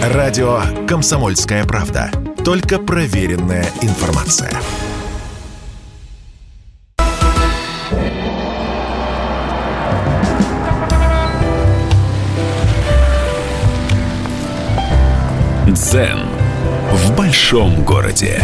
Радио «Комсомольская правда». Только проверенная информация. Дзен в большом городе.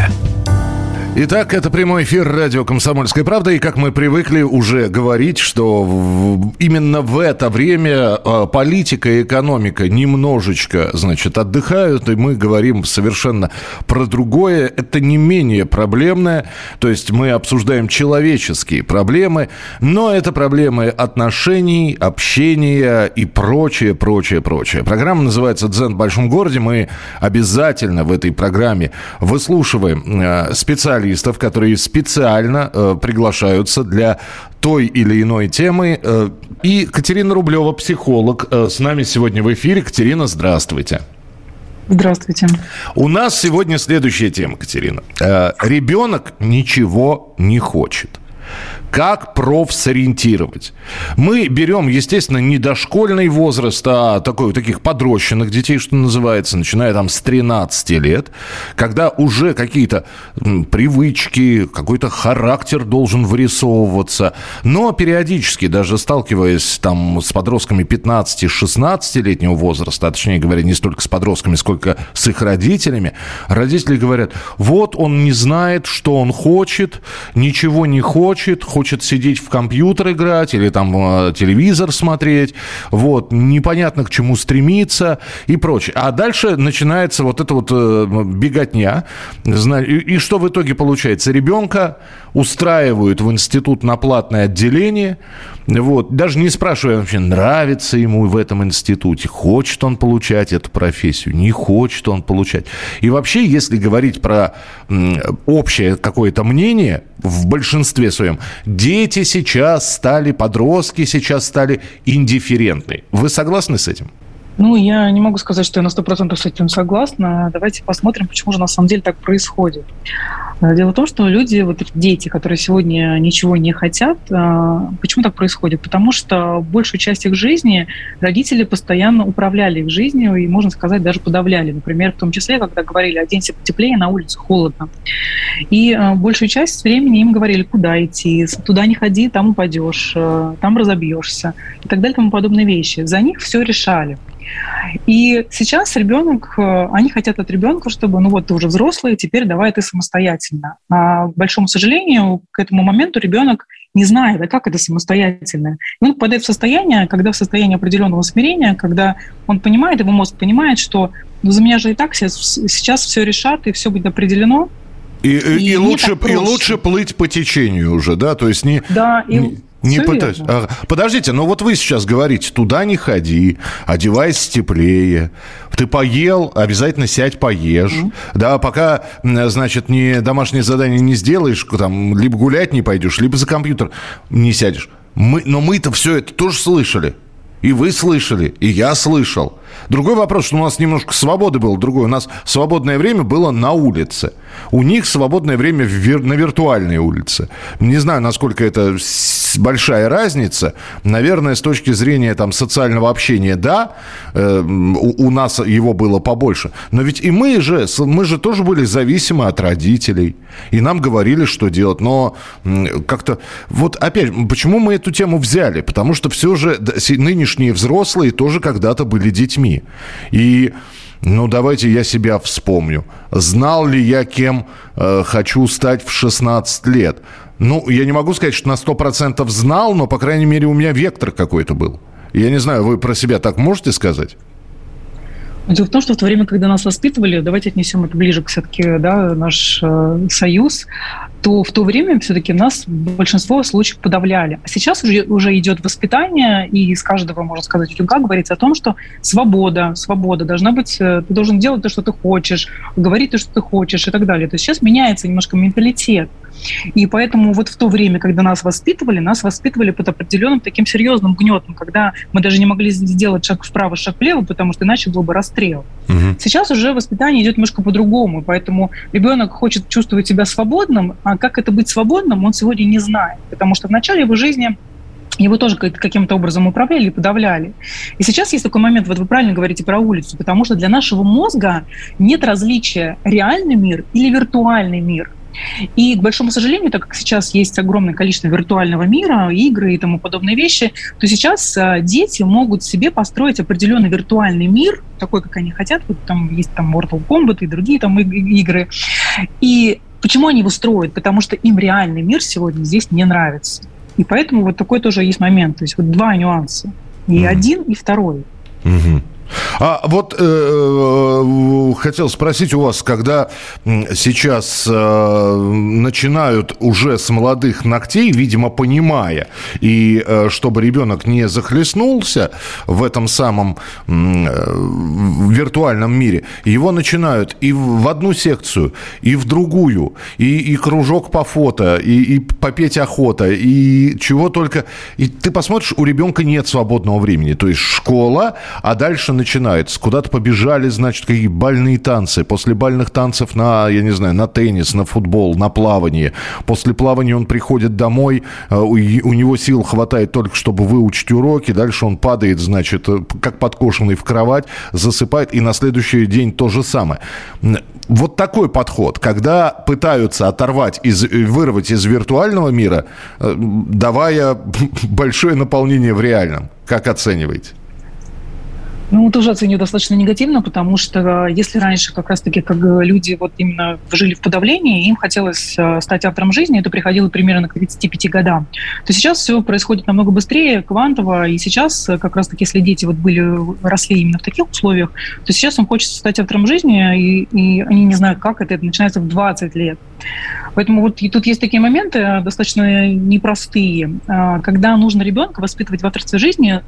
Итак, это прямой эфир радио «Комсомольская правда». И как мы привыкли уже говорить, что именно в это время политика и экономика немножечко, отдыхают, и мы говорим совершенно про другое. Это не менее проблемное. То есть мы обсуждаем человеческие проблемы, но это проблемы отношений, общения и прочее. Программа называется «Дзен в большом городе». Мы обязательно в этой программе выслушиваем специалистов, которые специально приглашаются для той или иной темы. И Катерина Рублева, психолог, с нами сегодня в эфире. Катерина, здравствуйте. Здравствуйте. У нас сегодня следующая тема, Катерина. Ребенок ничего не хочет. Как профсориентировать? Мы берем, естественно, не дошкольный возраст, а таких подрощенных детей, что называется, начиная там с 13 лет, когда уже какие-то привычки, какой-то характер должен вырисовываться. Но периодически, даже сталкиваясь там с подростками 15-16-летнего возраста, а точнее говоря, не столько с подростками, сколько с их родителями, родители говорят: вот он не знает, что он хочет, ничего не хочет сидеть в компьютер играть или там телевизор смотреть, непонятно к чему стремиться и прочее. А дальше начинается вот эта беготня. И что в итоге получается? Ребенка устраивают в институт на платное отделение, даже не спрашивая вообще, нравится ему в этом институте, хочет он получать эту профессию, не хочет он получать. И вообще, если говорить про общее какое-то мнение, в большинстве своем, дети сейчас стали, подростки сейчас стали индифферентны. Вы согласны с этим? Я не могу сказать, что я на 100% с этим согласна. Давайте посмотрим, почему же на самом деле так происходит. Дело в том, что люди, дети, которые сегодня ничего не хотят, почему так происходит? Потому что большую часть их жизни родители постоянно управляли их жизнью и, можно сказать, даже подавляли. Например, в том числе, когда говорили: оденься потеплее, на улице холодно. И большую часть времени им говорили, куда идти, туда не ходи, там упадешь, там разобьешься и так далее, тому подобные вещи. За них все решали. И сейчас ребенок, они хотят от ребенка, чтобы, ты уже взрослый, теперь давай ты самостоятельно. А, к большому сожалению, к этому моменту ребенок не знает, а как это самостоятельно. И он попадает в состояние, когда в состоянии определенного смирения, когда он понимает, его мозг понимает, что за меня же и так сейчас все решат, и все будет определено. И лучше плыть по течению уже, да? То есть не... Да, не пытайся. Подождите, вы сейчас говорите: туда не ходи, одевайся теплее. Ты поел, обязательно сядь поешь. Да, пока, не домашнее задание не сделаешь, либо гулять не пойдешь, либо за компьютер не сядешь. Но мы-то все это тоже слышали. И вы слышали, и я слышал. Другой вопрос, что у нас немножко свободы было. У нас свободное время было на улице. У них свободное время на виртуальной улице. Не знаю, насколько это большая разница. Наверное, с точки зрения социального общения, да, у нас его было побольше. Но ведь и мы же тоже были зависимы от родителей. И нам говорили, что делать. Но как-то... опять, почему мы эту тему взяли? Потому что все же нынешние взрослые тоже когда-то были детьми. И, давайте я себя вспомню. Знал ли я, кем хочу стать в 16 лет? Я не могу сказать, что на 100% знал, но, по крайней мере, у меня вектор какой-то был. Я не знаю, вы про себя так можете сказать? Дело в том, что в то время, когда нас воспитывали, давайте отнесем это ближе, все-таки, наш союз, то в то время все-таки нас большинство случаев подавляли. А сейчас уже идет воспитание, и из каждого, можно сказать, утюга говорится о том, что свобода должна быть, ты должен делать то, что ты хочешь, говорить то, что ты хочешь и так далее. То есть сейчас меняется немножко менталитет. И поэтому в то время, когда нас воспитывали под определенным таким серьезным гнетом, когда мы даже не могли сделать шаг вправо, шаг влево, потому что иначе был бы расстрел. Сейчас уже воспитание идет немножко по-другому, поэтому ребенок хочет чувствовать себя свободным, а как это быть свободным, он сегодня не знает, потому что в начале его жизни его тоже каким-то образом управляли и подавляли. И сейчас есть такой момент, вот вы правильно говорите про улицу, потому что для нашего мозга нет различия реальный мир или виртуальный мир. И, к большому сожалению, так как сейчас есть огромное количество виртуального мира, игры и тому подобные вещи, то сейчас дети могут себе построить определенный виртуальный мир, такой, как они хотят. Вот там есть там Mortal Kombat и другие там игры. И почему они его строят? Потому что им реальный мир сегодня здесь не нравится. И поэтому вот такой тоже есть момент. То есть вот два нюанса. И один, и второй. А вот хотел спросить у вас, когда сейчас начинают уже с молодых ногтей, видимо, понимая, и чтобы ребенок не захлестнулся в этом самом виртуальном мире, его начинают и в одну секцию, и в другую, и кружок по фото, и попеть охота, и чего только. И ты посмотришь, у ребенка нет свободного времени. То есть школа, а дальше начинается. Куда-то побежали, значит, какие бальные танцы. После бальных танцев на, я не знаю, на теннис, на футбол, на плавание. После плавания он приходит домой, у него сил хватает только, чтобы выучить уроки. Дальше он падает, значит, как подкошенный в кровать, засыпает, и на следующий день то же самое. Вот такой подход, когда пытаются оторвать, вырвать из виртуального мира, давая большое наполнение в реальном. Как оцениваете? Ну, тоже оцениваю достаточно негативно, потому что если раньше как раз-таки как люди вот именно жили в подавлении, им хотелось стать автором жизни, это приходило примерно к 35 годам, то сейчас все происходит намного быстрее, квантово, и сейчас как раз-таки, если дети вот росли именно в таких условиях, то сейчас им хочется стать автором жизни, и они не знают, как это начинается в 20 лет. Поэтому вот и тут есть такие моменты достаточно непростые, когда нужно ребенка воспитывать в авторстве жизни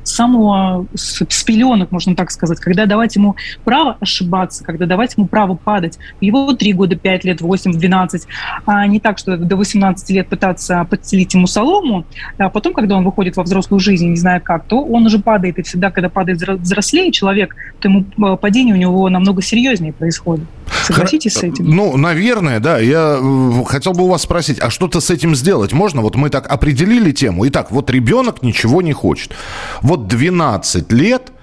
с пеленок, можно так сказать, когда давать ему право ошибаться, когда давать ему право падать. Его 3 года, 5 лет, 8, 12, а не так, что до 18 лет пытаться подстелить ему солому, а потом, когда он выходит во взрослую жизнь, не знаю как, то он уже падает, и всегда, когда падает взрослее человек, то ему падение у него намного серьезнее происходит. Согласитесь с этим? Ну, наверное, да. Я хотел бы у вас спросить, а что-то с этим сделать можно? Вот мы так определили тему. Итак, вот ребенок ничего не хочет. Вот 12 лет...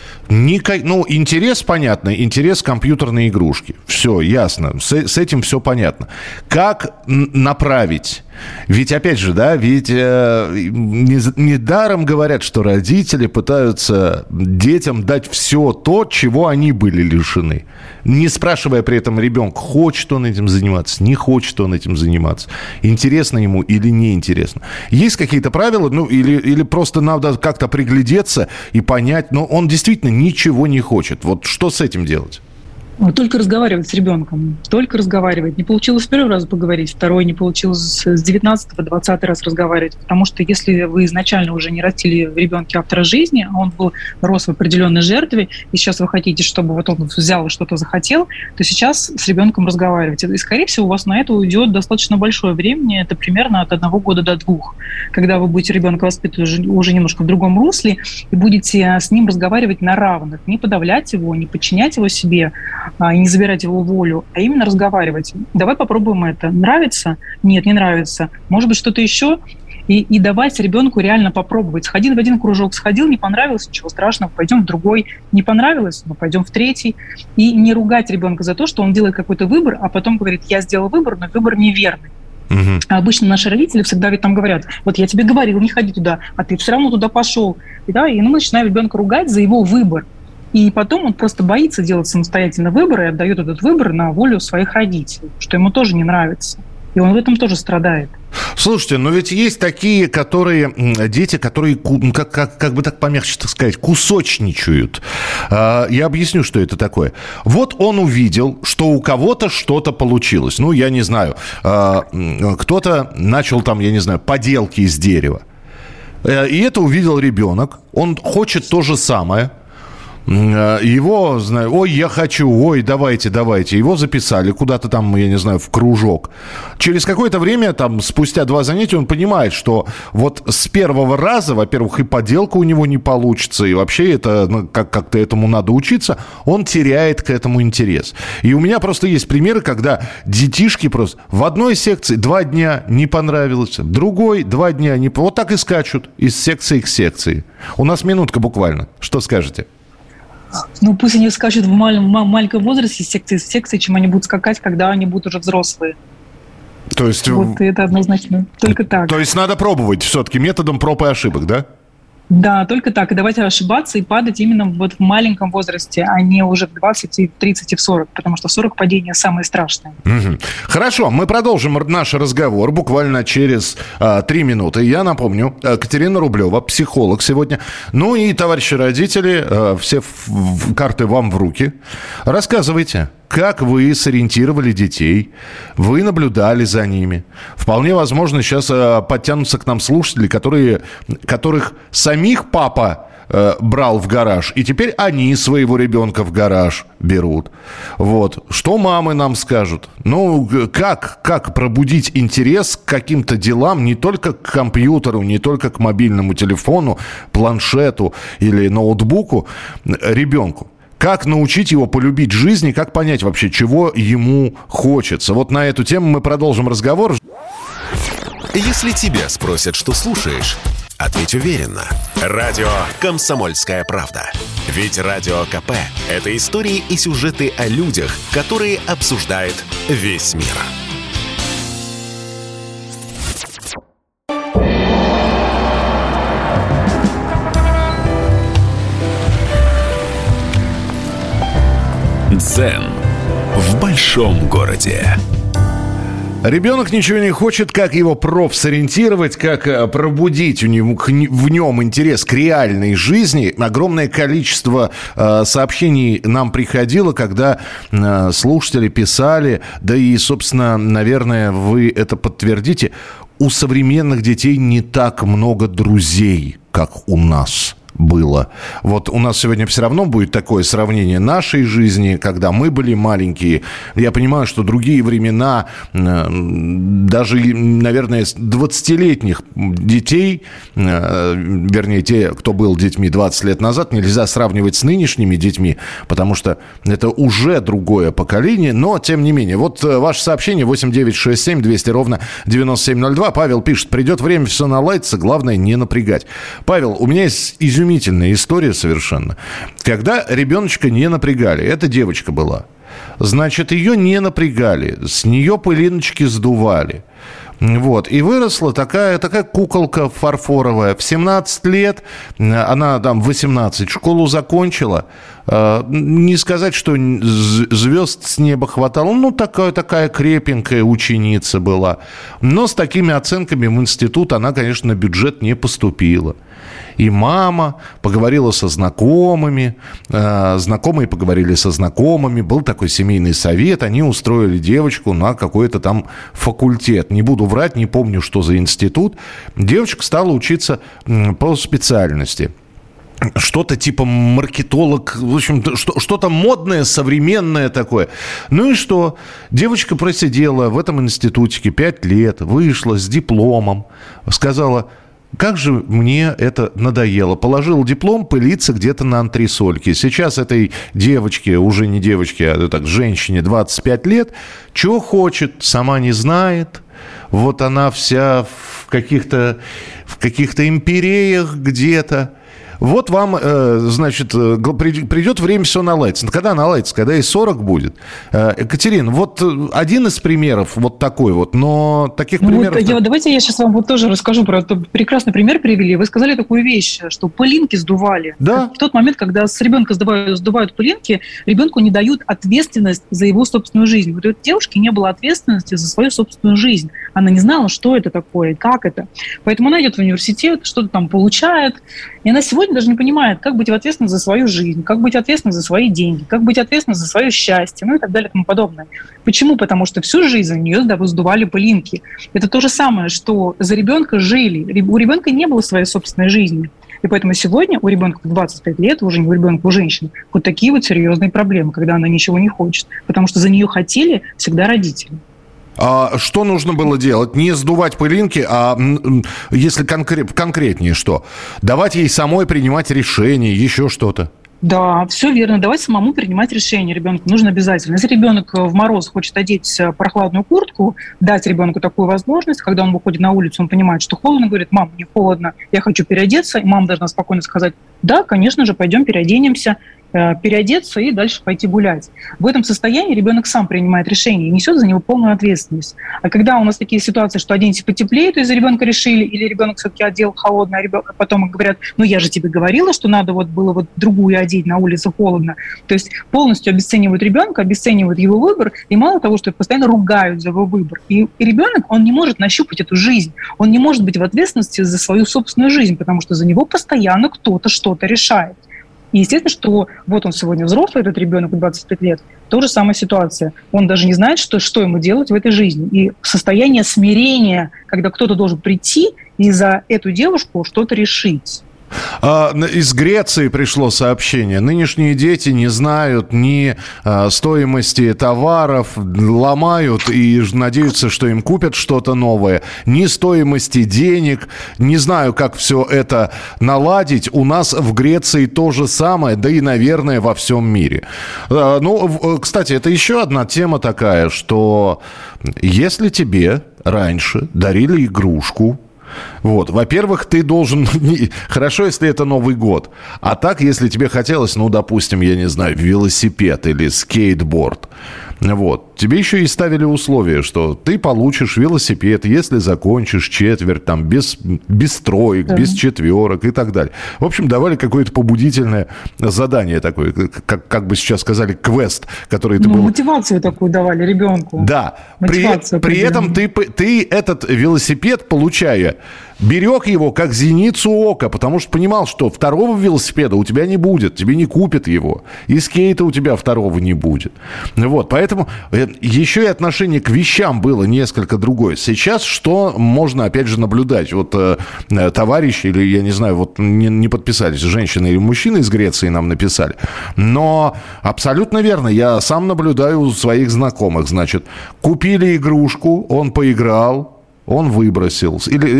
интерес, понятно, интерес компьютерной игрушки. Все, ясно, с этим все понятно. Как направить? Ведь, опять же, да, недаром говорят, что родители пытаются детям дать все то, чего они были лишены. Не спрашивая при этом ребенка, хочет он этим заниматься, не хочет он этим заниматься, интересно ему или неинтересно. Есть какие-то правила, или просто надо как-то приглядеться и понять, но он действительно ничего не хочет. Вот что с этим делать? Только разговаривать с ребенком, только разговаривать. Не получилось первый раз поговорить, второй не получилось с 19-го, 20-й раз разговаривать. Потому что если вы изначально уже не растили в ребенке автора жизни, а он рос в определенной жертве, и сейчас вы хотите, чтобы вот он взял и что-то захотел, то сейчас с ребенком разговаривать. И, скорее всего, у вас на это уйдет достаточно большое времени, это примерно от 1 года до 2, когда вы будете ребенка воспитывать уже немножко в другом русле и будете с ним разговаривать на равных, не подавлять его, не подчинять его себе, и не забирать его волю, а именно разговаривать. Давай попробуем это. Нравится? Нет, не нравится. Может быть, что-то еще? И давать ребенку реально попробовать. Сходил в один кружок, сходил, не понравилось, ничего страшного, пойдем в другой. Не понравилось, но пойдем в третий. И не ругать ребенка за то, что он делает какой-то выбор, а потом говорит, я сделал выбор, но выбор неверный. А обычно наши родители всегда ведь там говорят, вот я тебе говорил, не ходи туда, а ты все равно туда пошел. И мы начинаем ребенка ругать за его выбор. И потом он просто боится делать самостоятельно выбор и отдает этот выбор на волю своих родителей, что ему тоже не нравится. И он в этом тоже страдает. Слушайте, но ведь есть такие, дети, которые, как бы так помягче так сказать, кусочничают. Я объясню, что это такое. Вот он увидел, что у кого-то что-то получилось. Ну, я не знаю, кто-то начал там, я не знаю, поделки из дерева. И это увидел ребенок. Он хочет то же самое. Его, знаю, ой, я хочу, ой, давайте. Его записали куда-то там, я не знаю, в кружок. Через какое-то время, там, спустя 2 занятия, он понимает, что вот с первого раза, во-первых, и поделка у него не получится, и вообще это, как-то этому надо учиться, он теряет к этому интерес. И у меня просто есть примеры, когда детишки просто в одной секции 2 дня не понравилось, в другой 2 дня не... Вот так и скачут из секции к секции. У нас минутка буквально. Что скажете? Ну, пусть они скачут в маленьком возрасте из секции в секции, чем они будут скакать, когда они будут уже взрослые. То есть... Вот это однозначно. Только так. То есть надо пробовать все-таки методом проб и ошибок, да? Да, только так. И давайте ошибаться и падать именно вот в маленьком возрасте, а не уже в 20, и в 30 и в 40, потому что в 40 падения самые страшные. Угу. Хорошо, мы продолжим наш разговор буквально через 3 минуты. Я напомню, Катерина Рублева, психолог сегодня. Ну и, товарищи родители, все карты вам в руки. Рассказывайте. Как вы сориентировали детей? Вы наблюдали за ними? Вполне возможно, сейчас подтянутся к нам слушатели, которых самих папа брал в гараж, и теперь они своего ребенка в гараж берут. Вот. Что мамы нам скажут? Ну, как пробудить интерес к каким-то делам, не только к компьютеру, не только к мобильному телефону, планшету или ноутбуку ребенку? Как научить его полюбить жизнь и как понять вообще, чего ему хочется? Вот на эту тему мы продолжим разговор. Если тебя спросят, что слушаешь, ответь уверенно. Радио «Комсомольская правда». Ведь Радио КП – это истории и сюжеты о людях, которые обсуждает весь мир. Дзен в большом городе. Ребенок ничего не хочет, как его профсориентировать, как пробудить в нем интерес к реальной жизни. Огромное количество сообщений нам приходило, когда слушатели писали, да и, собственно, наверное, вы это подтвердите, у современных детей не так много друзей, как у нас было. Вот у нас сегодня все равно будет такое сравнение нашей жизни, когда мы были маленькие. Я понимаю, что другие времена, даже, наверное, 20-летних детей, вернее, те, кто был детьми 20 лет назад, нельзя сравнивать с нынешними детьми, потому что это уже другое поколение, но тем не менее. Вот ваше сообщение 8-967-200-97-02. Павел пишет: придет время, все наладится, главное не напрягать. Павел, у меня есть изумительная история совершенно. Когда ребеночка не напрягали, эта девочка была, значит, ее не напрягали, с нее пылиночки сдували. Вот. И выросла такая куколка фарфоровая. В 17 лет, она там 18, школу закончила. Не сказать, что звезд с неба хватало. Ну, такая крепенькая ученица была. Но с такими оценками в институт она, конечно, на бюджет не поступила. И мама поговорила со знакомыми, знакомые поговорили со знакомыми, был такой семейный совет, они устроили девочку на какой-то там факультет. Не буду врать, не помню, что за институт. Девочка стала учиться по специальности. Что-то типа маркетолог, в общем, что-то модное, современное такое. Ну и что? Девочка просидела в этом институтике 5 лет, вышла с дипломом, сказала: как же мне это надоело. Положил диплом пылиться где-то на антресольке. Сейчас этой девочке, уже не девочке, а так, женщине 25 лет, чего хочет, сама не знает. Вот она вся в каких-то империях где-то. Вот вам, значит, придет время, все наладится. Когда наладится? Когда и 40 будет. Екатерина, вот один из примеров вот такой вот, но таких примеров... Давайте я сейчас вам вот тоже расскажу про это. Прекрасный пример привели. Вы сказали такую вещь, что пылинки сдували. Да. В тот момент, когда с ребенка сдувают пылинки, ребенку не дают ответственность за его собственную жизнь. Вот у этой девушки не было ответственности за свою собственную жизнь. Она не знала, что это такое, как это. Поэтому она идет в университет, что-то там получает. И она сегодня даже не понимает, как быть ответственной за свою жизнь, как быть ответственной за свои деньги, как быть ответственной за свое счастье, ну и так далее и тому подобное. Почему? Потому что всю жизнь у нее сдували пылинки. Это то же самое, что за ребенка жили. У ребенка не было своей собственной жизни. И поэтому сегодня у ребенка в 25 лет, уже у ребенка, у женщины, вот такие вот серьезные проблемы, когда она ничего не хочет, потому что за нее хотели всегда родители. А что нужно было делать? Не сдувать пылинки, а если конкретнее что? Давать ей самой принимать решения, еще что-то? Да, все верно. Давать самому принимать решение ребенку нужно обязательно. Если ребенок в мороз хочет одеть прохладную куртку, дать ребенку такую возможность, когда он выходит на улицу, он понимает, что холодно, говорит: мам, мне холодно, я хочу переодеться. И мама должна спокойно сказать: да, конечно же, пойдем переоденемся, переодеться и дальше пойти гулять. В этом состоянии ребенок сам принимает решение и несет за него полную ответственность. А когда у нас такие ситуации, что оденься потеплее, то из-за ребенка решили, или ребенок все-таки одел холодно, а потом говорят: ну я же тебе говорила, что надо было другую одеть, на улице холодно. То есть полностью обесценивают ребенка, обесценивают его выбор, и мало того, что постоянно ругают за его выбор. И ребенок, он не может нащупать эту жизнь, он не может быть в ответственности за свою собственную жизнь, потому что за него постоянно кто-то что-то решает. И естественно, что вот он сегодня взрослый, этот ребенок, 25 лет, та же самая ситуация. Он даже не знает, что ему делать в этой жизни. И состояние смирения, когда кто-то должен прийти и за эту девушку что-то решить. Из Греции пришло сообщение. Нынешние дети не знают ни стоимости товаров, ломают и надеются, что им купят что-то новое, ни стоимости денег. Не знаю, как все это наладить. У нас в Греции то же самое, да и, наверное, во всем мире. Ну, кстати, это еще одна тема такая, что если тебе раньше дарили игрушку, вот, во-первых, ты должен... Хорошо, если это Новый год. А так, если тебе хотелось, ну, допустим, я не знаю, велосипед или скейтборд, вот, тебе еще и ставили условие, что ты получишь велосипед, если закончишь четверть, там, без троек, без четверок и так далее. В общем, давали какое-то побудительное задание такое, как бы сейчас сказали, квест, который ты был... Мотивацию такую давали ребенку. Да, при этом ты этот велосипед, получая, берег его как зеницу ока, потому что понимал, что второго велосипеда у тебя не будет, тебе не купят его, и скейта у тебя второго не будет. Вот, поэтому еще и отношение к вещам было несколько другое. Сейчас что можно, опять же, наблюдать? Вот товарищи, или, я не знаю, вот не подписались, женщины или мужчины из Греции нам написали, но абсолютно верно, я сам наблюдаю у своих знакомых, значит, купили игрушку, он поиграл, он выбросил.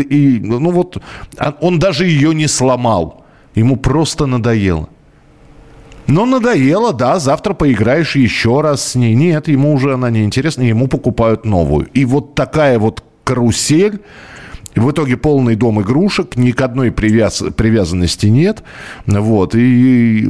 Он даже ее не сломал. Ему просто надоело. Но надоело, да, завтра поиграешь еще раз с ней. Нет, ему уже она не интересна, ему покупают новую. И вот такая вот карусель. В итоге полный дом игрушек, ни к одной привязанности нет. Вот. И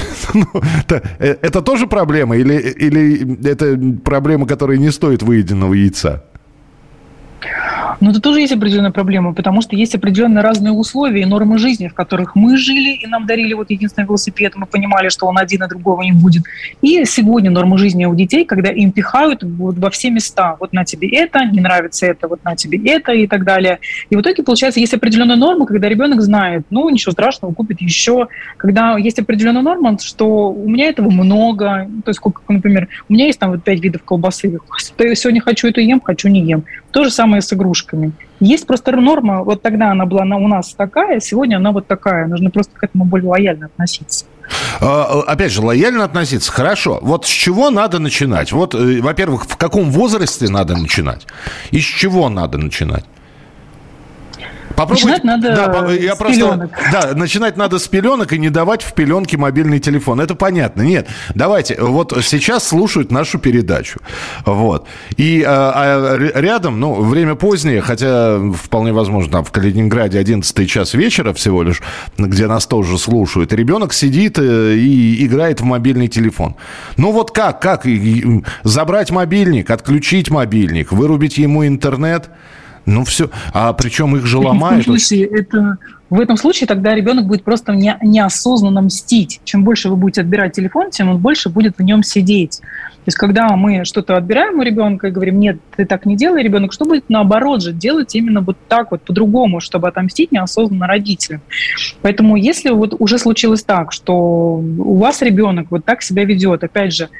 это тоже проблема? Или это проблема, которая не стоит выеденного яйца? Но это тоже есть определенная проблема, потому что есть определенные разные условия и нормы жизни, в которых мы жили, и нам дарили вот единственный велосипед, мы понимали, что он один, а другого не будет. И сегодня нормы жизни у детей, когда им пихают вот во все места. Вот на тебе это, не нравится это, вот на тебе это и так далее. И в итоге, получается, есть определенная норма, когда ребенок знает, ну, ничего страшного, купит еще. Когда есть определенная норма, что у меня этого много, то есть, например, у меня есть там вот 5 видов колбасы, сегодня хочу это ем, хочу не ем. То же самое с игрушками. Есть просто норма, вот тогда она была у нас такая, сегодня она вот такая. Нужно просто к этому более лояльно относиться. Опять же, лояльно относиться. Хорошо. Вот с чего надо начинать? Вот, во-первых, в каком возрасте надо начинать? И с чего надо начинать? Начинать надо с пеленок. Да, начинать надо с пеленок и не давать в пеленки мобильный телефон. Это понятно. Нет, давайте. Вот сейчас слушают нашу передачу. Вот. И рядом, время позднее, хотя вполне возможно, там в Калининграде 11 час вечера всего лишь, где нас тоже слушают. Ребенок сидит и играет в мобильный телефон. Ну вот как? Забрать мобильник, отключить мобильник, вырубить ему интернет? Ну все, а причем их же ломают. В этом случае тогда ребенок будет просто неосознанно мстить. Чем больше вы будете отбирать телефон, тем он больше будет в нем сидеть. То есть когда мы что-то отбираем у ребенка и говорим: нет, ты так не делай, ребенок что будет наоборот же делать именно вот так вот, по-другому, чтобы отомстить неосознанно родителям. Поэтому если вот уже случилось так, что у вас ребенок вот так себя ведет, опять же,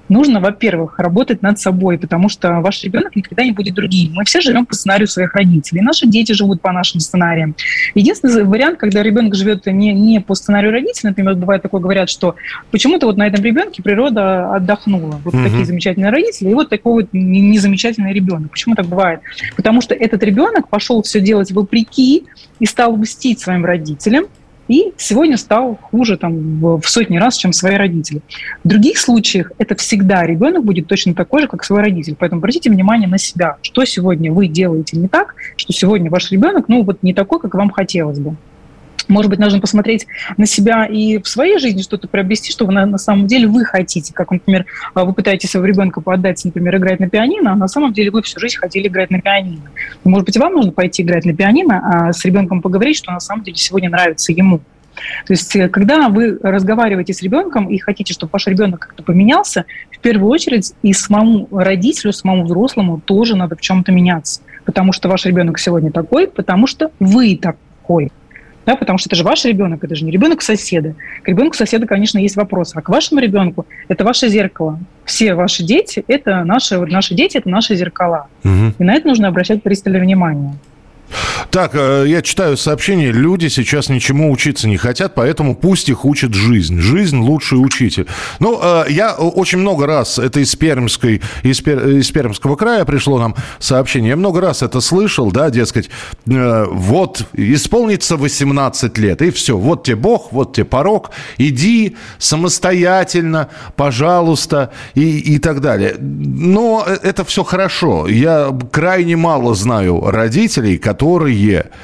нужно, во-первых, работать над собой, потому что ваш ребенок никогда не будет другим. Мы все живем по сценарию своих родителей. Наши дети живут по нашим сценариям. Единственный вариант, когда ребенок живет не по сценарию родителей, например, бывает такое, говорят, что почему-то вот на этом ребенке природа отдохнула. Вот такие замечательные родители, и вот такой вот незамечательный ребенок. Почему так бывает? Потому что этот ребенок пошел все делать вопреки и стал мстить своим родителям, и сегодня стал хуже в сотни раз, чем свои родители. В других случаях это всегда ребенок будет точно такой же, как свой родитель. Поэтому обратите внимание на себя, что сегодня вы делаете не так, что сегодня ваш ребенок, не такой, как вам хотелось бы. Может быть, нужно посмотреть на себя и в своей жизни что-то приобрести, что вы на самом деле вы хотите. Как, например, вы пытаетесь своего ребенка поотдать, например, играть на пианино, а на самом деле вы всю жизнь хотели играть на пианино. Может быть, вам нужно пойти играть на пианино, а с ребенком поговорить, что на самом деле сегодня нравится ему. То есть, когда вы разговариваете с ребенком и хотите, чтобы ваш ребенок как-то поменялся, в первую очередь и самому родителю, самому взрослому тоже надо в чем-то меняться. Потому что ваш ребенок сегодня такой, потому что вы такой. Да, потому что это же ваш ребенок, это же не ребенок соседа. К ребенку соседа, конечно, есть вопросы, а к вашему ребенку это ваше зеркало. Все ваши дети – это наши дети, это наши зеркала. И на это нужно обращать пристальное внимание. Так, я читаю сообщения. Люди сейчас ничему учиться не хотят, поэтому пусть их учит жизнь. Жизнь – лучший учитель. Я очень много раз, это из Пермского края пришло нам сообщение, я много раз это слышал, да, дескать, вот, исполнится 18 лет, и все, вот тебе Бог, вот тебе порог, иди самостоятельно, пожалуйста, и так далее. Но это все хорошо. Я крайне мало знаю родителей, которые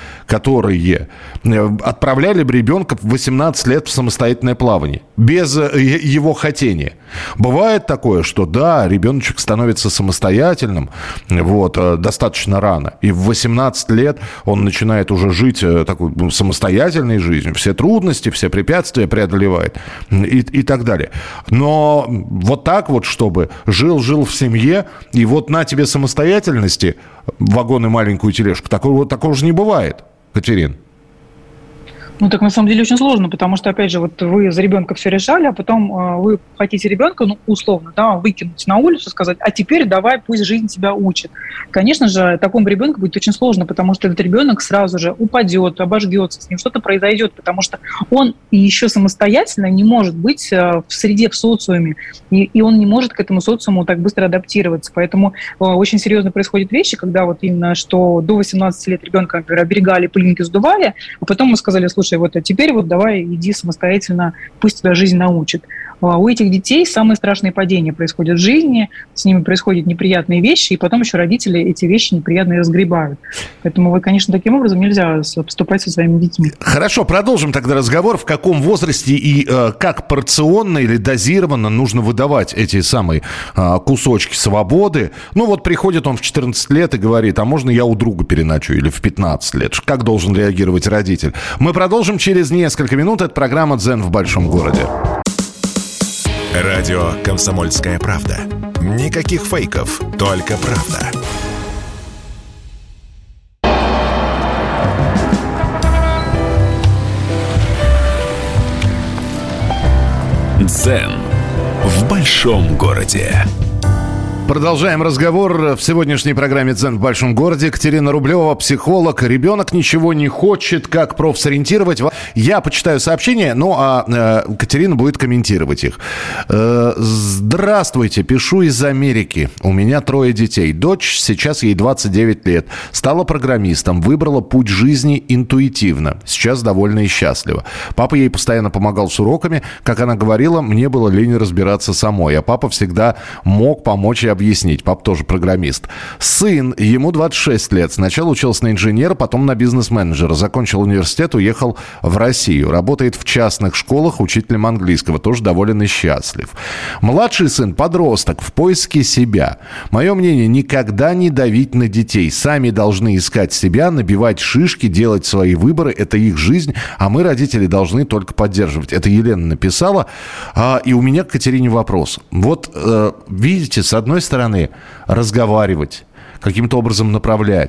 отправляли бы ребенка в 18 лет в самостоятельное плавание без его хотения. Бывает такое, что да, ребеночек становится самостоятельным достаточно рано. И в 18 лет он начинает уже жить такой самостоятельной жизнью. Все трудности, все препятствия преодолевает и так далее. Но вот так вот, чтобы жил в семье, и вот на тебе самостоятельности, вагон и маленькую тележку, такого же не бывает, Катерин. Так на самом деле очень сложно, потому что, опять же, вот вы за ребенка все решали, а потом вы хотите ребенка, условно, да, выкинуть на улицу, сказать, а теперь давай, пусть жизнь тебя учит. Конечно же, такому ребенку будет очень сложно, потому что этот ребенок сразу же упадет, обожгется, с ним что-то произойдет, потому что он еще самостоятельно не может быть в среде, в социуме, и он не может к этому социуму так быстро адаптироваться. Поэтому очень серьезно происходят вещи, когда вот именно, что до 18 лет ребенка, например, оберегали, пылинки сдували, а потом мы сказали, слушай, а теперь давай иди самостоятельно, пусть тебя жизнь научит. У этих детей самые страшные падения происходят в жизни, с ними происходят неприятные вещи, и потом еще родители эти вещи неприятные разгребают. Поэтому, конечно, таким образом нельзя поступать со своими детьми. Хорошо, продолжим тогда разговор. В каком возрасте и как порционно или дозированно нужно выдавать эти самые кусочки свободы? Приходит он в 14 лет и говорит, а можно я у друга переночую? Или в 15 лет? Как должен реагировать родитель? Мы продолжим через несколько минут. Это программа «Дзен в большом городе». Радио «Комсомольская правда». Никаких фейков, только правда. Дзен в большом городе. Продолжаем разговор в сегодняшней программе «Дзен в большом городе». Катерина Рублева, психолог. Ребенок ничего не хочет, как профсориентировать. Я почитаю сообщения, а Катерина будет комментировать их. Здравствуйте, пишу из Америки. У меня 3 детей. Дочь, сейчас ей 29 лет. Стала программистом, выбрала путь жизни интуитивно. Сейчас довольна и счастлива. Папа ей постоянно помогал с уроками. Как она говорила, мне было лень разбираться самой. А папа всегда мог помочь и объяснить. Папа тоже программист. Сын, ему 26 лет. Сначала учился на инженера, потом на бизнес-менеджера. Закончил университет, уехал в Россию. Работает в частных школах учителем английского. Тоже доволен и счастлив. Младший сын, подросток, в поиске себя. Мое мнение, никогда не давить на детей. Сами должны искать себя, набивать шишки, делать свои выборы. Это их жизнь, а мы, родители, должны только поддерживать. Это Елена написала. И у меня к Катерине вопрос. Видите, с одной стороны, разговаривать, каким-то образом направлять.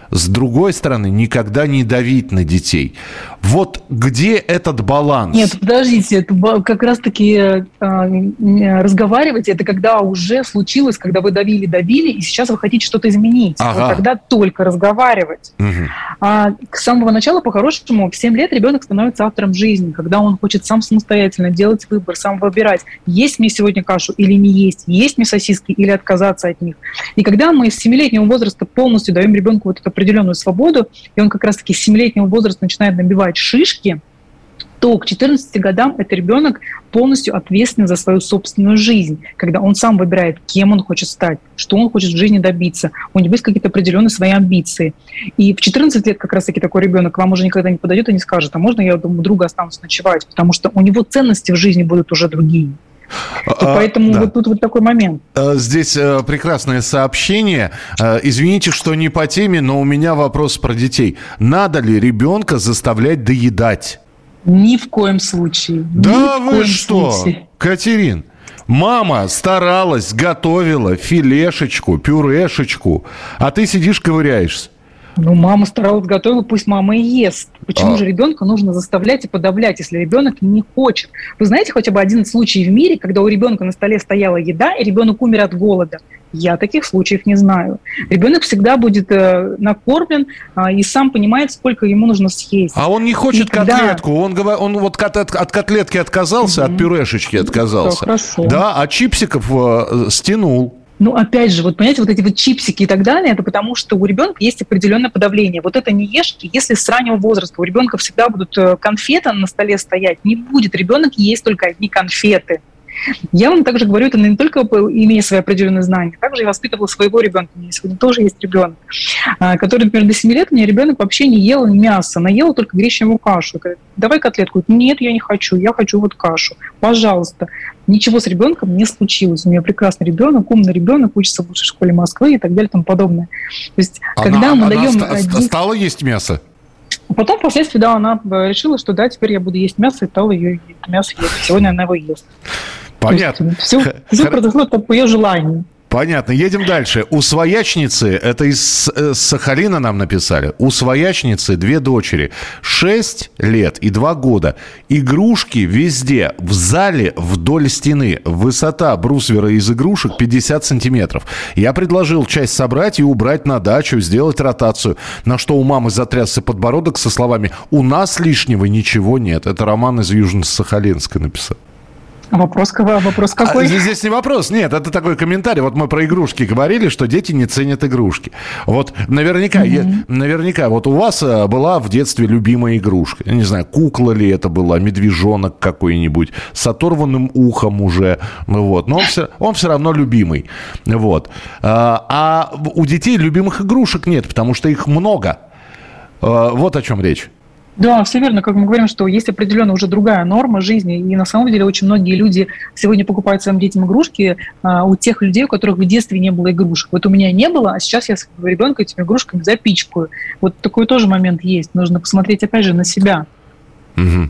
С другой стороны, никогда не давить на детей. Вот где этот баланс? Нет, подождите, это как раз-таки разговаривать, это когда уже случилось, когда вы давили, и сейчас вы хотите что-то изменить. Ага. Вот тогда только разговаривать. Угу. С самого начала, по-хорошему, в 7 лет ребенок становится автором жизни, когда он хочет сам самостоятельно делать выбор, сам выбирать, есть мне сегодня кашу или не есть мне сосиски или отказаться от них. И когда мы с 7-летнего возраста полностью даем ребенку вот эту определенную свободу, и он как раз-таки с 7-летнего возраста начинает набивать шишки, то к 14 годам этот ребенок полностью ответственен за свою собственную жизнь, когда он сам выбирает, кем он хочет стать, что он хочет в жизни добиться. У него есть какие-то определенные свои амбиции. И в 14 лет как раз-таки такой ребенок к вам уже никогда не подойдет и не скажет, а можно я у друга останусь ночевать, потому что у него ценности в жизни будут уже другие. И поэтому да. вот тут вот такой момент. Здесь прекрасное сообщение. Извините, что не по теме, но у меня вопрос про детей. Надо ли ребенка заставлять доедать? Ни в коем случае. Да вы что, Катерин? Мама старалась, готовила филешечку, пюрешечку, а ты сидишь ковыряешься. Ну, мама старалась, готовила, пусть мама и ест. Почему же ребенка нужно заставлять и подавлять, если ребенок не хочет? Вы знаете хотя бы один случай в мире, когда у ребенка на столе стояла еда, и ребенок умер от голода? Я таких случаев не знаю. Ребенок всегда будет накормлен и сам понимает, сколько ему нужно съесть. А он не хочет котлетку. Он вот от котлетки отказался, от пюрешечки отказался. Хорошо. Да, а чипсиков стянул. Ну, опять же, вот понимаете, вот эти вот чипсики и так далее, это потому что у ребенка есть определенное подавление. Вот это не ешь, если с раннего возраста у ребенка всегда будут конфеты на столе стоять, не будет ребенок есть только одни конфеты. Я вам также говорю, это не только имея свои определенные знания, также я воспитывала своего ребенка. У меня сегодня тоже есть ребенок, который, например, до 7 лет у меня ребенок вообще не ел мясо, наел только гречневую кашу. Говорит, давай котлетку. Нет, я не хочу, я хочу вот кашу. Пожалуйста. Ничего с ребенком не случилось. У меня прекрасный ребенок, умный ребенок, учится в лучшей школе Москвы и так далее и тому подобное. То есть, когда мы даем... стала есть мясо? Потом, впоследствии, да, она решила, что да, теперь я буду есть мясо, и стала ее мясо есть. Сегодня она его ест. Понятно. Все произошло по ее желанию. Понятно. Едем дальше. У своячницы, это из Сахалина нам написали, у своячницы 2 дочери, 6 лет и 2 года. Игрушки везде, в зале вдоль стены. Высота брусвера из игрушек 50 сантиметров. Я предложил часть собрать и убрать на дачу, сделать ротацию. На что у мамы затрясся подбородок со словами «У нас лишнего ничего нет». Это Роман из Южно-Сахалинска написал. Вопрос какой? Здесь не вопрос, нет, это такой комментарий. Вот мы про игрушки говорили, что дети не ценят игрушки. Вот наверняка, вот у вас была в детстве любимая игрушка. Я не знаю, кукла ли это была, медвежонок какой-нибудь, с оторванным ухом уже. Вот. Но он все равно любимый. Вот. А у детей любимых игрушек нет, потому что их много. Вот о чем речь. Да, все верно. Как мы говорим, что есть определенная уже другая норма жизни, и на самом деле очень многие люди сегодня покупают своим детям игрушки у тех людей, у которых в детстве не было игрушек. Вот у меня не было, а сейчас я своего ребенка этими игрушками запичкаю. Вот такой тоже момент есть. Нужно посмотреть, опять же, на себя. Угу.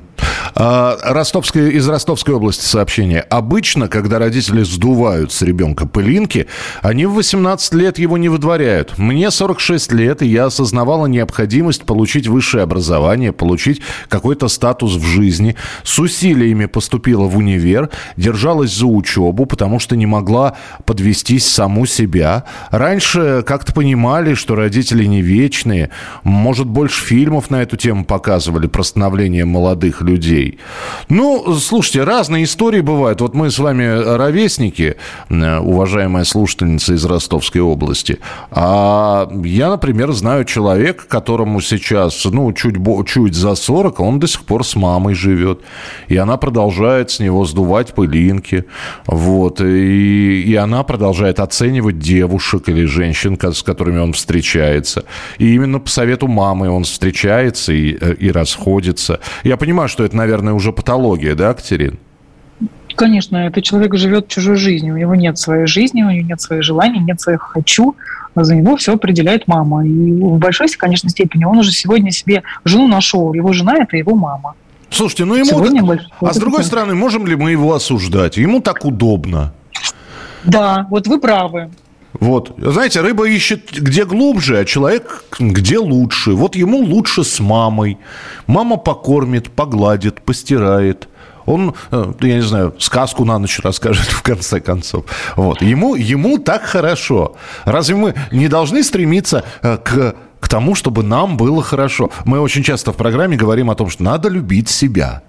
Из Ростовской области сообщение. Обычно, когда родители сдувают с ребенка пылинки, они в 18 лет его не выдворяют. Мне 46 лет, и я осознавала необходимость получить высшее образование, получить какой-то статус в жизни. С усилиями поступила в универ, держалась за учебу, потому что не могла подвестись саму себя. Раньше как-то понимали, что родители не вечные. Может, больше фильмов на эту тему показывали, про становление молодых людей. Ну, слушайте, разные истории бывают. Вот мы с вами ровесники, уважаемая слушательница из Ростовской области. А я, например, знаю человека, которому сейчас, чуть за 40, он до сих пор с мамой живет. И она продолжает с него сдувать пылинки. Вот. И она продолжает оценивать девушек или женщин, с которыми он встречается. И именно по совету мамы он встречается и расходится. Я понимаю, что это, наверное, уже патология, да, Катерин? Конечно, этот человек живет чужой жизнью. У него нет своей жизни, у него нет своих желаний, нет своих «хочу». За него все определяет мама. И в большой, конечно, степени он уже сегодня себе жену нашел. Его жена – это его мама. Слушайте, ему... А с другой стороны, можем ли мы его осуждать? Ему так удобно. Да, вот вы правы. Вот. Знаете, рыба ищет где глубже, а человек где лучше. Вот ему лучше с мамой. Мама покормит, погладит, постирает. Он, я не знаю, сказку на ночь расскажет в конце концов. Вот. Ему так хорошо. Разве мы не должны стремиться к тому, чтобы нам было хорошо? Мы очень часто в программе говорим о том, что надо любить себя.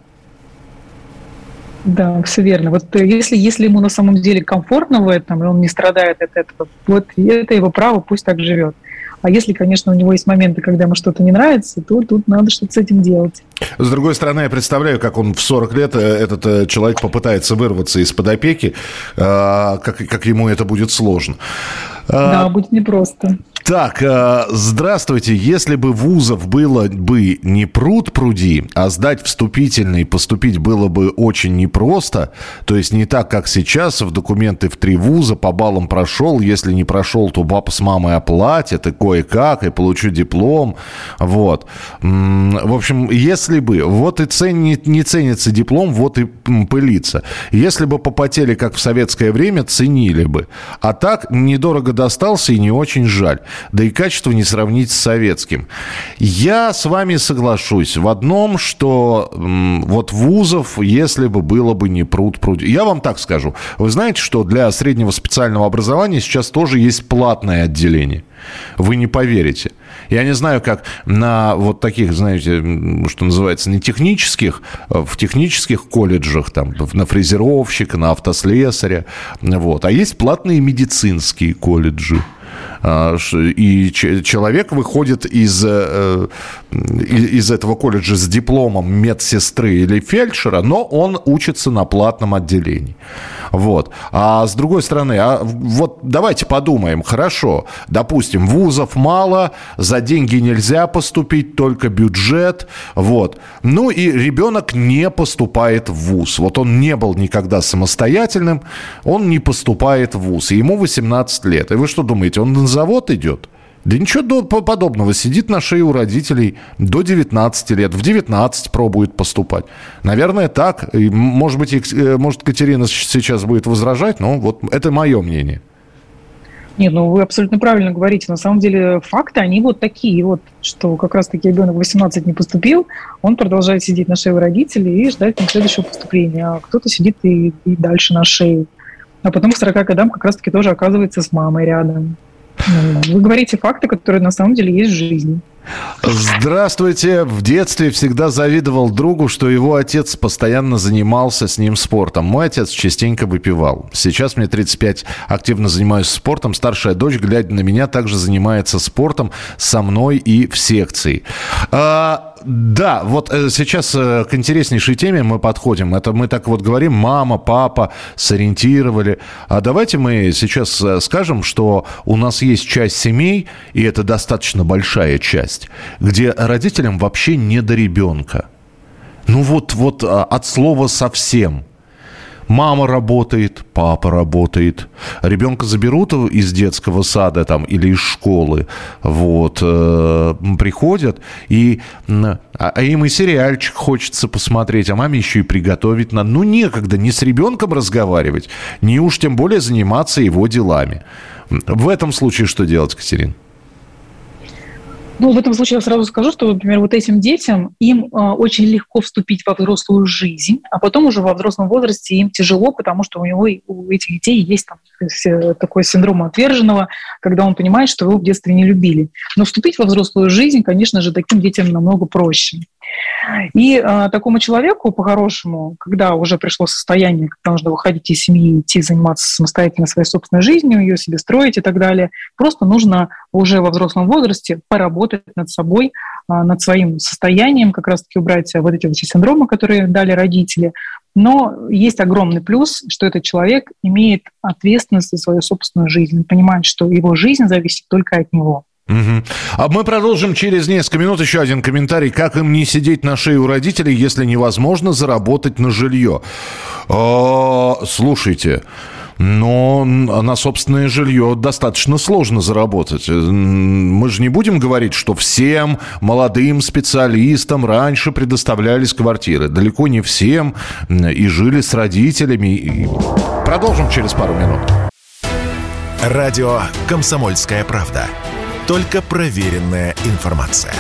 Да, все верно. Вот если ему на самом деле комфортно в этом, и он не страдает от этого, вот это его право, пусть так живет. А если, конечно, у него есть моменты, когда ему что-то не нравится, то тут надо что-то с этим делать. С другой стороны, я представляю, как он в 40 лет, этот человек попытается вырваться из-под опеки, как ему это будет сложно. Да, будет непросто. Так, здравствуйте. Если бы вузов было бы не пруд-пруди, а сдать вступительный поступить было бы очень непросто, то есть не так, как сейчас, в документы в 3 вуза, по баллам прошел, если не прошел, то папа с мамой оплатят, и кое-как, и получу диплом, вот. В общем, если бы, вот и не ценится диплом, вот и пылится. Если бы попотели, как в советское время, ценили бы. А так, недорого достался и не очень жаль. Да и качество не сравнить с советским. Я с вами соглашусь в одном, что вот вузов, если бы было бы не пруд-пруд. Я вам так скажу. Вы знаете, что для среднего специального образования сейчас тоже есть платное отделение. Вы не поверите. Я не знаю, как на вот таких, знаете, что называется, не технических, в технических колледжах, там, на фрезеровщика, на автослесаря, вот. А есть платные медицинские колледжи. И человек выходит из этого колледжа с дипломом медсестры или фельдшера, но он учится на платном отделении. Вот. А с другой стороны, вот давайте подумаем, хорошо, допустим, вузов мало, за деньги нельзя поступить, только бюджет, вот. Ну и ребенок не поступает в вуз. Вот он не был никогда самостоятельным, он не поступает в вуз, и ему 18 лет. И вы что думаете, он на завод идет? Да ничего подобного. Сидит на шее у родителей до 19 лет. В 19 пробует поступать. Наверное, так. И, может быть, Катерина сейчас будет возражать, но вот это мое мнение. Нет, ну вы абсолютно правильно говорите. На самом деле факты, они вот такие, вот, что как раз-таки ребенок в 18 не поступил, он продолжает сидеть на шее у родителей и ждать там следующего поступления. А кто-то сидит и дальше на шее. А потом к 40 годам как раз-таки тоже оказывается с мамой рядом. Вы говорите факты, которые на самом деле есть в жизни. Здравствуйте. В детстве всегда завидовал другу, что его отец постоянно занимался с ним спортом. Мой отец частенько выпивал. Сейчас мне 35, активно занимаюсь спортом. Старшая дочь, глядя на меня, также занимается спортом со мной и в секции. Да, вот сейчас к интереснейшей теме мы подходим. Это мы так вот говорим, мама, папа сориентировали. А давайте мы сейчас скажем, что у нас есть часть семей, и это достаточно большая часть, где родителям вообще не до ребенка. Ну вот от слова совсем. Мама работает, папа работает. Ребенка заберут из детского сада там, или из школы. Вот, приходят, а им и сериальчик хочется посмотреть, а маме еще и приготовить надо. Ну, некогда ни с ребенком разговаривать, ни уж тем более заниматься его делами. В этом случае что делать, Катерина? Ну, в этом случае я сразу скажу, что, например, вот этим детям, им очень легко вступить во взрослую жизнь, а потом уже во взрослом возрасте им тяжело, потому что у этих детей есть там такой синдром отверженного, когда он понимает, что его в детстве не любили. Но вступить во взрослую жизнь, конечно же, таким детям намного проще. И такому человеку, по-хорошему, когда уже пришло состояние, когда нужно выходить из семьи, идти заниматься самостоятельно своей собственной жизнью, ее себе строить и так далее, просто нужно уже во взрослом возрасте поработать над собой, над своим состоянием, как раз-таки убрать вот эти все синдромы, которые дали родители. Но есть огромный плюс, что этот человек имеет ответственность за свою собственную жизнь, он понимает, что его жизнь зависит только от него. Угу. А мы продолжим через несколько минут. Еще один комментарий. Как им не сидеть на шее у родителей, если невозможно заработать на жилье? Слушайте, но на собственное жилье достаточно сложно заработать. Мы же не будем говорить, что всем молодым специалистам раньше предоставлялись квартиры. Далеко не всем. И жили с родителями. Продолжим через пару минут. Радио «Комсомольская правда». Только проверенная информация.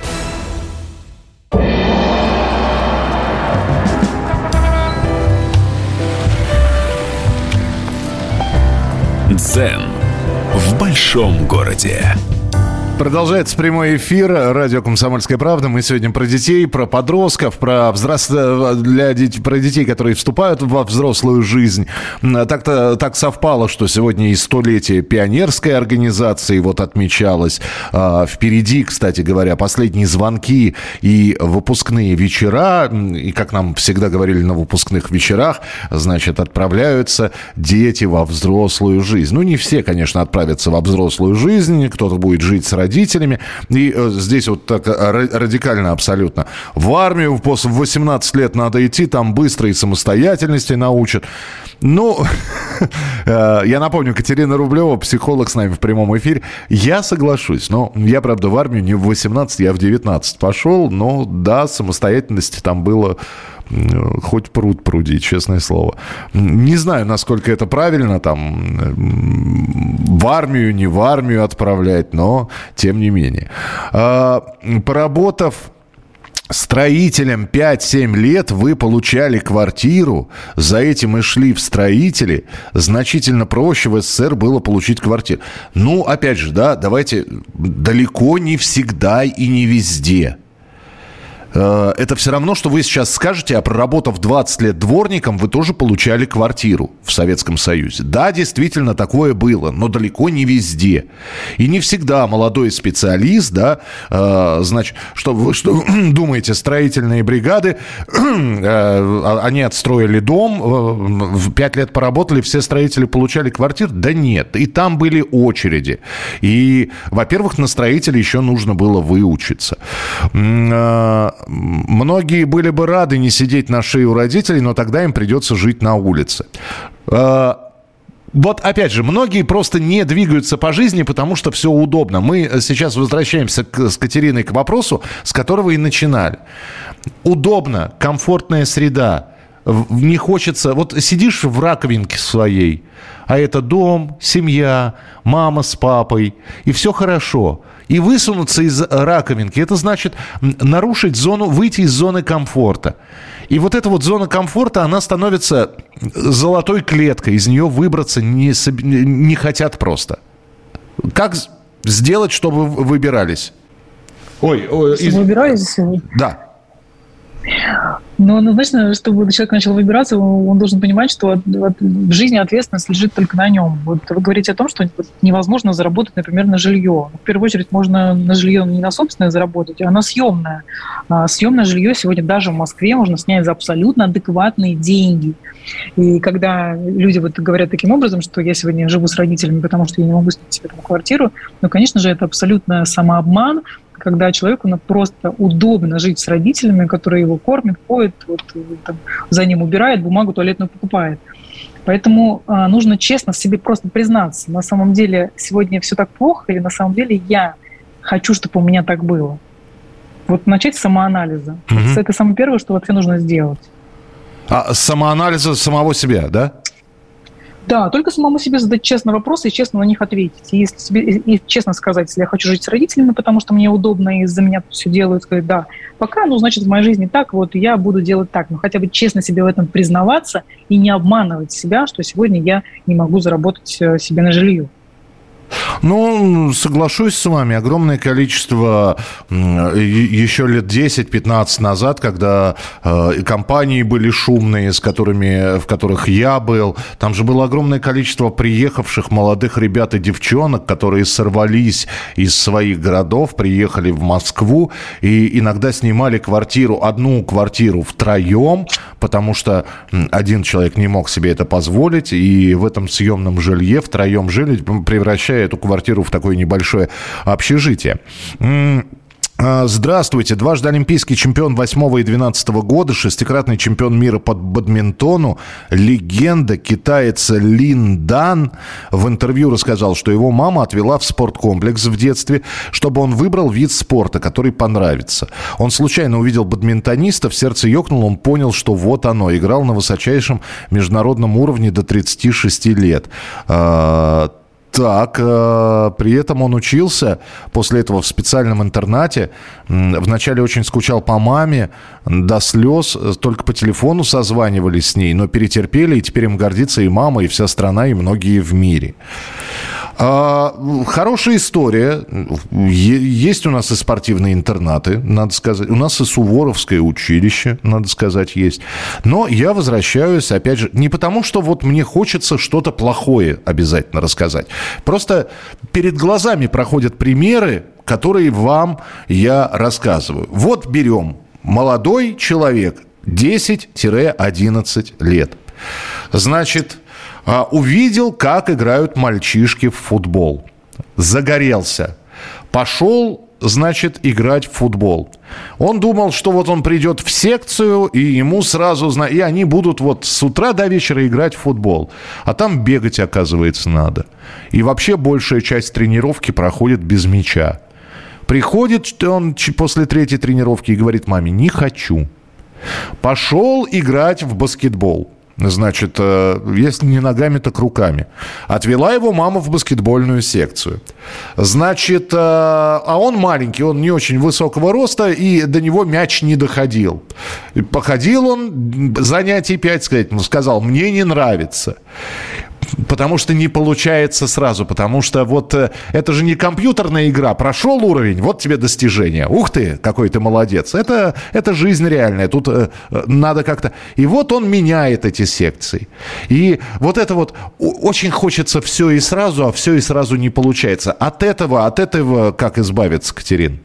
Дзен в большом городе. Продолжается прямой эфир. Радио «Комсомольская правда». Мы сегодня про детей, про подростков, про детей, которые вступают во взрослую жизнь. Так совпало, что сегодня и 100-летие пионерской организации вот отмечалось. Впереди, кстати говоря, последние звонки и выпускные вечера. И, как нам всегда говорили на выпускных вечерах, значит, отправляются дети во взрослую жизнь. Ну, не все, конечно, отправятся во взрослую жизнь. Кто-то будет жить с родителями. И здесь вот так радикально абсолютно. В армию после 18 лет надо идти, там быстро и самостоятельности научат. Ну, я напомню, Катерина Рублева, психолог, с нами в прямом эфире. Я соглашусь, но я, правда, в армию не в 18, я в 19 пошел, но да, самостоятельности там было хоть пруд пруди, честное слово. Не знаю, насколько это правильно, там, в армию, не в армию отправлять, но тем не менее. Поработав строителем 5-7 лет, вы получали квартиру, за этим и шли в строители. Значительно проще в СССР было получить квартиру. Ну, опять же, да, давайте, далеко не всегда и не везде. Это все равно, что вы сейчас скажете, а проработав 20 лет дворником, вы тоже получали квартиру в Советском Союзе. Да, действительно, такое было, но далеко не везде. И не всегда молодой специалист, да, значит, что вы думаете, строительные бригады, они отстроили дом, 5 лет поработали, все строители получали квартиру? Да нет, и там были очереди. И, во-первых, на строителя еще нужно было выучиться. Многие были бы рады не сидеть на шее у родителей, но тогда им придется жить на улице. Вот опять же, многие просто не двигаются по жизни, потому что все удобно. Мы сейчас возвращаемся с Катериной к вопросу, с которого и начинали. Удобно, комфортная среда. Не хочется... Вот сидишь в раковинке своей, а это дом, семья, мама с папой, и все хорошо. И высунуться из раковинки, это значит нарушить зону, выйти из зоны комфорта. И вот эта вот зона комфорта, она становится золотой клеткой, из нее выбраться не хотят просто. Как сделать, чтобы вы выбирались? Выбираюсь? Да. Но однозначно, чтобы человек начал выбираться, он должен понимать, что в жизни ответственность лежит только на нем. Вот вы говорите о том, что невозможно заработать, например, на жилье. В первую очередь можно на жилье не на собственное заработать, а на съемное. Съемное жилье сегодня даже в Москве можно снять за абсолютно адекватные деньги. И когда люди вот говорят таким образом, что я сегодня живу с родителями, потому что я не могу снять себе там квартиру, ну, конечно же, это абсолютно самообман, когда человеку просто удобно жить с родителями, которые его кормят, поят, там, за ним убирают, бумагу туалетную покупает. Поэтому нужно честно себе просто признаться, на самом деле сегодня все так плохо, или на самом деле я хочу, чтобы у меня так было. Вот начать с самоанализа. Mm-hmm. Это самое первое, что вообще нужно сделать. А самоанализа самого себя, да? Да, только самому себе задать честно вопросы и честно на них ответить. И честно сказать, если я хочу жить с родителями, потому что мне удобно, и из-за меня все делают, сказать, да, пока, значит, в моей жизни так, вот я буду делать так. Но хотя бы честно себе в этом признаваться и не обманывать себя, что сегодня я не могу заработать себе на жилье. Ну, соглашусь с вами. Огромное количество еще лет 10-15 назад, когда компании были шумные, в которых я был, там же было огромное количество приехавших молодых ребят и девчонок, которые сорвались из своих городов, приехали в Москву и иногда снимали одну квартиру втроем, потому что один человек не мог себе это позволить, и в этом съемном жилье втроем жили, превращая эту квартиру в такое небольшое общежитие. Здравствуйте. Дважды олимпийский чемпион 8 и 12 года, 6-кратный чемпион мира по бадминтону, легенда, китаец Лин Дан в интервью рассказал, что его мама отвела в спорткомплекс в детстве, чтобы он выбрал вид спорта, который понравится. Он случайно увидел бадминтониста, в сердце ёкнул, он понял, что вот оно. Играл на высочайшем международном уровне до 36 лет. Так, при этом он учился после этого в специальном интернате. Вначале очень скучал по маме до слез, только по телефону созванивались с ней, но перетерпели, и теперь им гордится и мама, и вся страна, и многие в мире. Хорошая история. Есть у нас и спортивные интернаты, надо сказать. У нас и Суворовское училище, надо сказать, есть. Но я возвращаюсь, опять же, не потому, что вот мне хочется что-то плохое обязательно рассказать. Просто перед глазами проходят примеры, которые вам я рассказываю. Вот берем молодой человек, 10-11 лет. Значит, увидел, как играют мальчишки в футбол. Загорелся. Пошел, значит, играть в футбол. Он думал, что вот он придет в секцию, и ему сразу... И они будут вот с утра до вечера играть в футбол. А там бегать, оказывается, надо. И вообще большая часть тренировки проходит без мяча. Приходит он после третьей тренировки и говорит маме: не хочу. Пошел играть в баскетбол. Значит, если не ногами, так руками. Отвела его мама в баскетбольную секцию. Значит, а он маленький, он не очень высокого роста, и до него мяч не доходил. Походил он, занятий 5, сказал: мне не нравится. Потому что не получается сразу, потому что вот это же не компьютерная игра. Прошел уровень, вот тебе достижение. Ух ты, какой ты молодец. Это жизнь реальная, тут надо как-то... И вот он меняет эти секции. И вот это вот очень хочется все и сразу, а все и сразу не получается. От этого как избавиться, Катерин?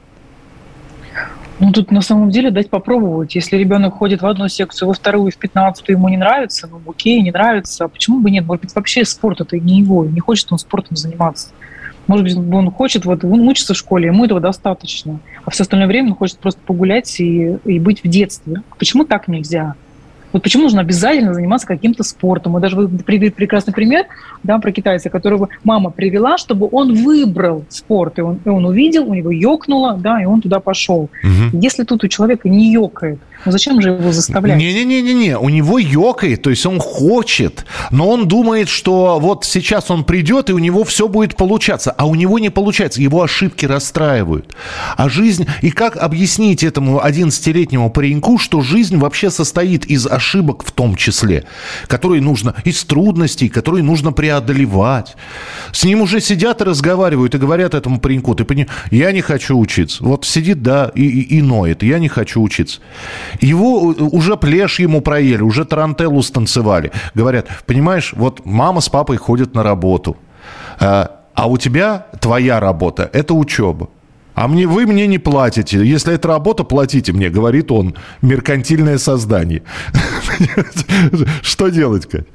Ну, тут на самом деле дать попробовать. Если ребенок ходит в одну секцию, во вторую, в 15-ю ему не нравится, ну, окей, не нравится. Почему бы нет? Может быть, вообще спорт это не его, не хочет он спортом заниматься. Может быть, он хочет, вот он учится в школе, ему этого достаточно. А все остальное время он хочет просто погулять и быть в детстве. Почему так нельзя? Вот почему нужно обязательно заниматься каким-то спортом? Мы даже привели прекрасный пример, да, про китайца, которого мама привела, чтобы он выбрал спорт. И он увидел, у него ёкнуло, да, и он туда пошел. Угу. Если тут у человека не ёкает, ну зачем же его заставлять? Не-не-не, у него ёкает, то есть он хочет, но он думает, что вот сейчас он придет, и у него все будет получаться. А у него не получается, его ошибки расстраивают. А жизнь... И как объяснить этому 11-летнему пареньку, что жизнь вообще состоит из ошибок в том числе, которые нужно... Из трудностей, которые нужно преодолевать. С ним уже сидят и разговаривают, и говорят этому пареньку: ты понимаешь, я не хочу учиться. Вот сидит, да, и ноет, я не хочу учиться. Его уже плешь ему проели, уже тарантеллу станцевали. Говорят: понимаешь, вот мама с папой ходят на работу, а у тебя твоя работа – это учеба. А вы мне не платите. Если это работа, платите мне, говорит он. Меркантильное создание. Что делать, Кать?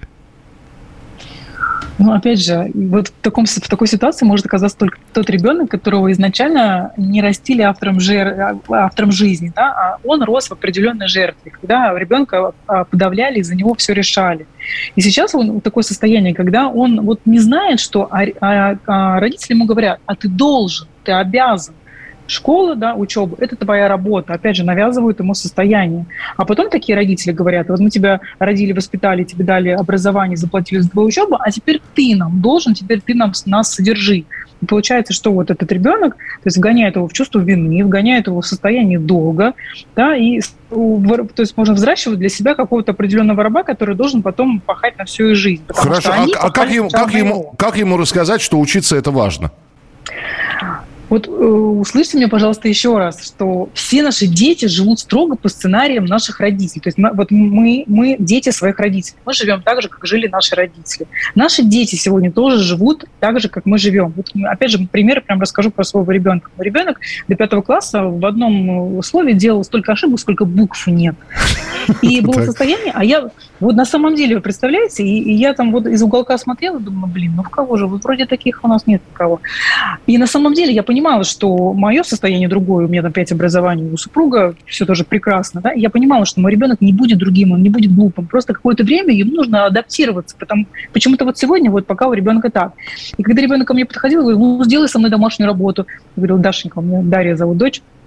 Ну, опять же, вот в такой ситуации может оказаться только тот ребенок, которого изначально не растили автором жизни, да, а он рос в определенной жертве, когда ребенка подавляли, и за него все решали. И сейчас он в такое состояние, когда он вот не знает, что родители ему говорят: а ты должен, ты обязан. Школа, да, учеба – это твоя работа. Опять же, навязывают ему состояние. А потом такие родители говорят: вот мы тебя родили, воспитали, тебе дали образование, заплатили за твою учебу, а теперь ты нам должен, теперь ты нас содержи. И получается, что вот этот ребенок, то есть вгоняет его в чувство вины, вгоняет его в состояние долга, да, и то есть можно взращивать для себя какого-то определенного раба, который должен потом пахать на всю жизнь. Хорошо, как ему рассказать, что учиться это важно? Вот услышьте меня, пожалуйста, еще раз, что все наши дети живут строго по сценариям наших родителей. То есть вот мы дети своих родителей. Мы живем так же, как жили наши родители. Наши дети сегодня тоже живут так же, как мы живем. Вот, опять же, пример прям расскажу про своего ребенка. Мой ребенок до 5 класса в одном слове делал столько ошибок, сколько букв нет. И было состояние, а я вот на самом деле, вы представляете, и я там вот из уголка смотрела и думала: блин, ну в кого же? Вот вроде таких у нас нет никого. И на самом деле я понимала, что мое состояние другое, у меня там 5 образований, у супруга все тоже прекрасно, да, и я понимала, что мой ребенок не будет другим, он не будет глупым, просто какое-то время ему нужно адаптироваться, почему-то вот сегодня, вот пока у ребенка так. И когда ребенок ко мне подходил, я говорю: ну, сделай со мной домашнюю работу. Я говорю: Дашенька, у меня Дарья зовут дочь.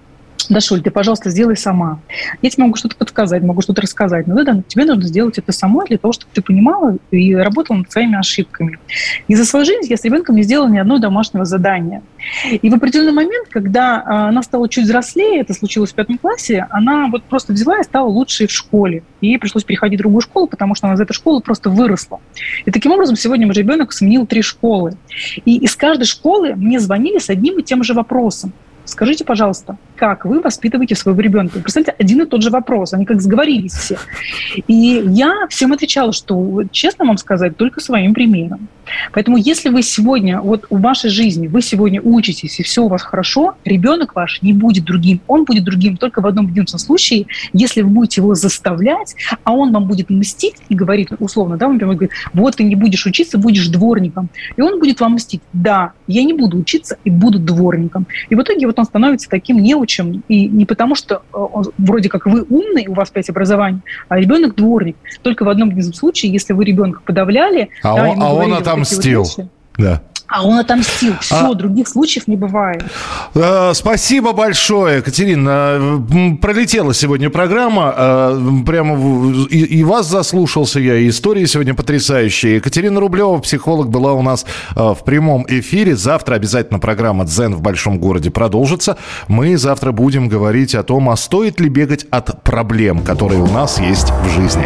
Дашуль, ты, пожалуйста, сделай сама. Я тебе могу что-то подсказать, могу что-то рассказать, но тебе нужно сделать это самой для того, чтобы ты понимала и работала над своими ошибками. И за свою жизнь я с ребенком не сделала ни одного домашнего задания. И в определенный момент, когда она стала чуть взрослее, это случилось в 5 классе, она вот просто взяла и стала лучшей в школе. И ей пришлось переходить в другую школу, потому что она из этой школы просто выросла. И таким образом сегодня мой ребенок сменил 3 школы. И из каждой школы мне звонили с одним и тем же вопросом. Скажите, пожалуйста, как вы воспитываете своего ребенка? Представьте, один и тот же вопрос. Они как сговорились все. И я всем отвечала, что, честно вам сказать, только своим примером. Поэтому если вы сегодня, вот в вашей жизни, вы сегодня учитесь, и все у вас хорошо, ребенок ваш не будет другим. Он будет другим только в одном единственном случае, если вы будете его заставлять, а он вам будет мстить и говорит, условно, да, он говорит, вот ты не будешь учиться, будешь дворником. И он будет вам мстить. Да, я не буду учиться и буду дворником. И в итоге вот он становится таким неучим. И не потому, что он, вроде как вы умный, у вас 5 образований, а ребенок дворник. Только в одном единственном случае, если вы ребенка подавляли, он отомстил. Да. А он отомстил. Все, других случаев не бывает. Спасибо большое, Екатерина. Пролетела сегодня программа. Прямо и вас заслушался я, и истории сегодня потрясающие. Екатерина Рублева, психолог, была у нас в прямом эфире. Завтра обязательно программа «Дзен в большом городе» продолжится. Мы завтра будем говорить о том, а стоит ли бегать от проблем, которые у нас есть в жизни.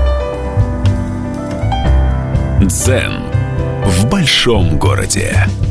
Дзен в большом городе.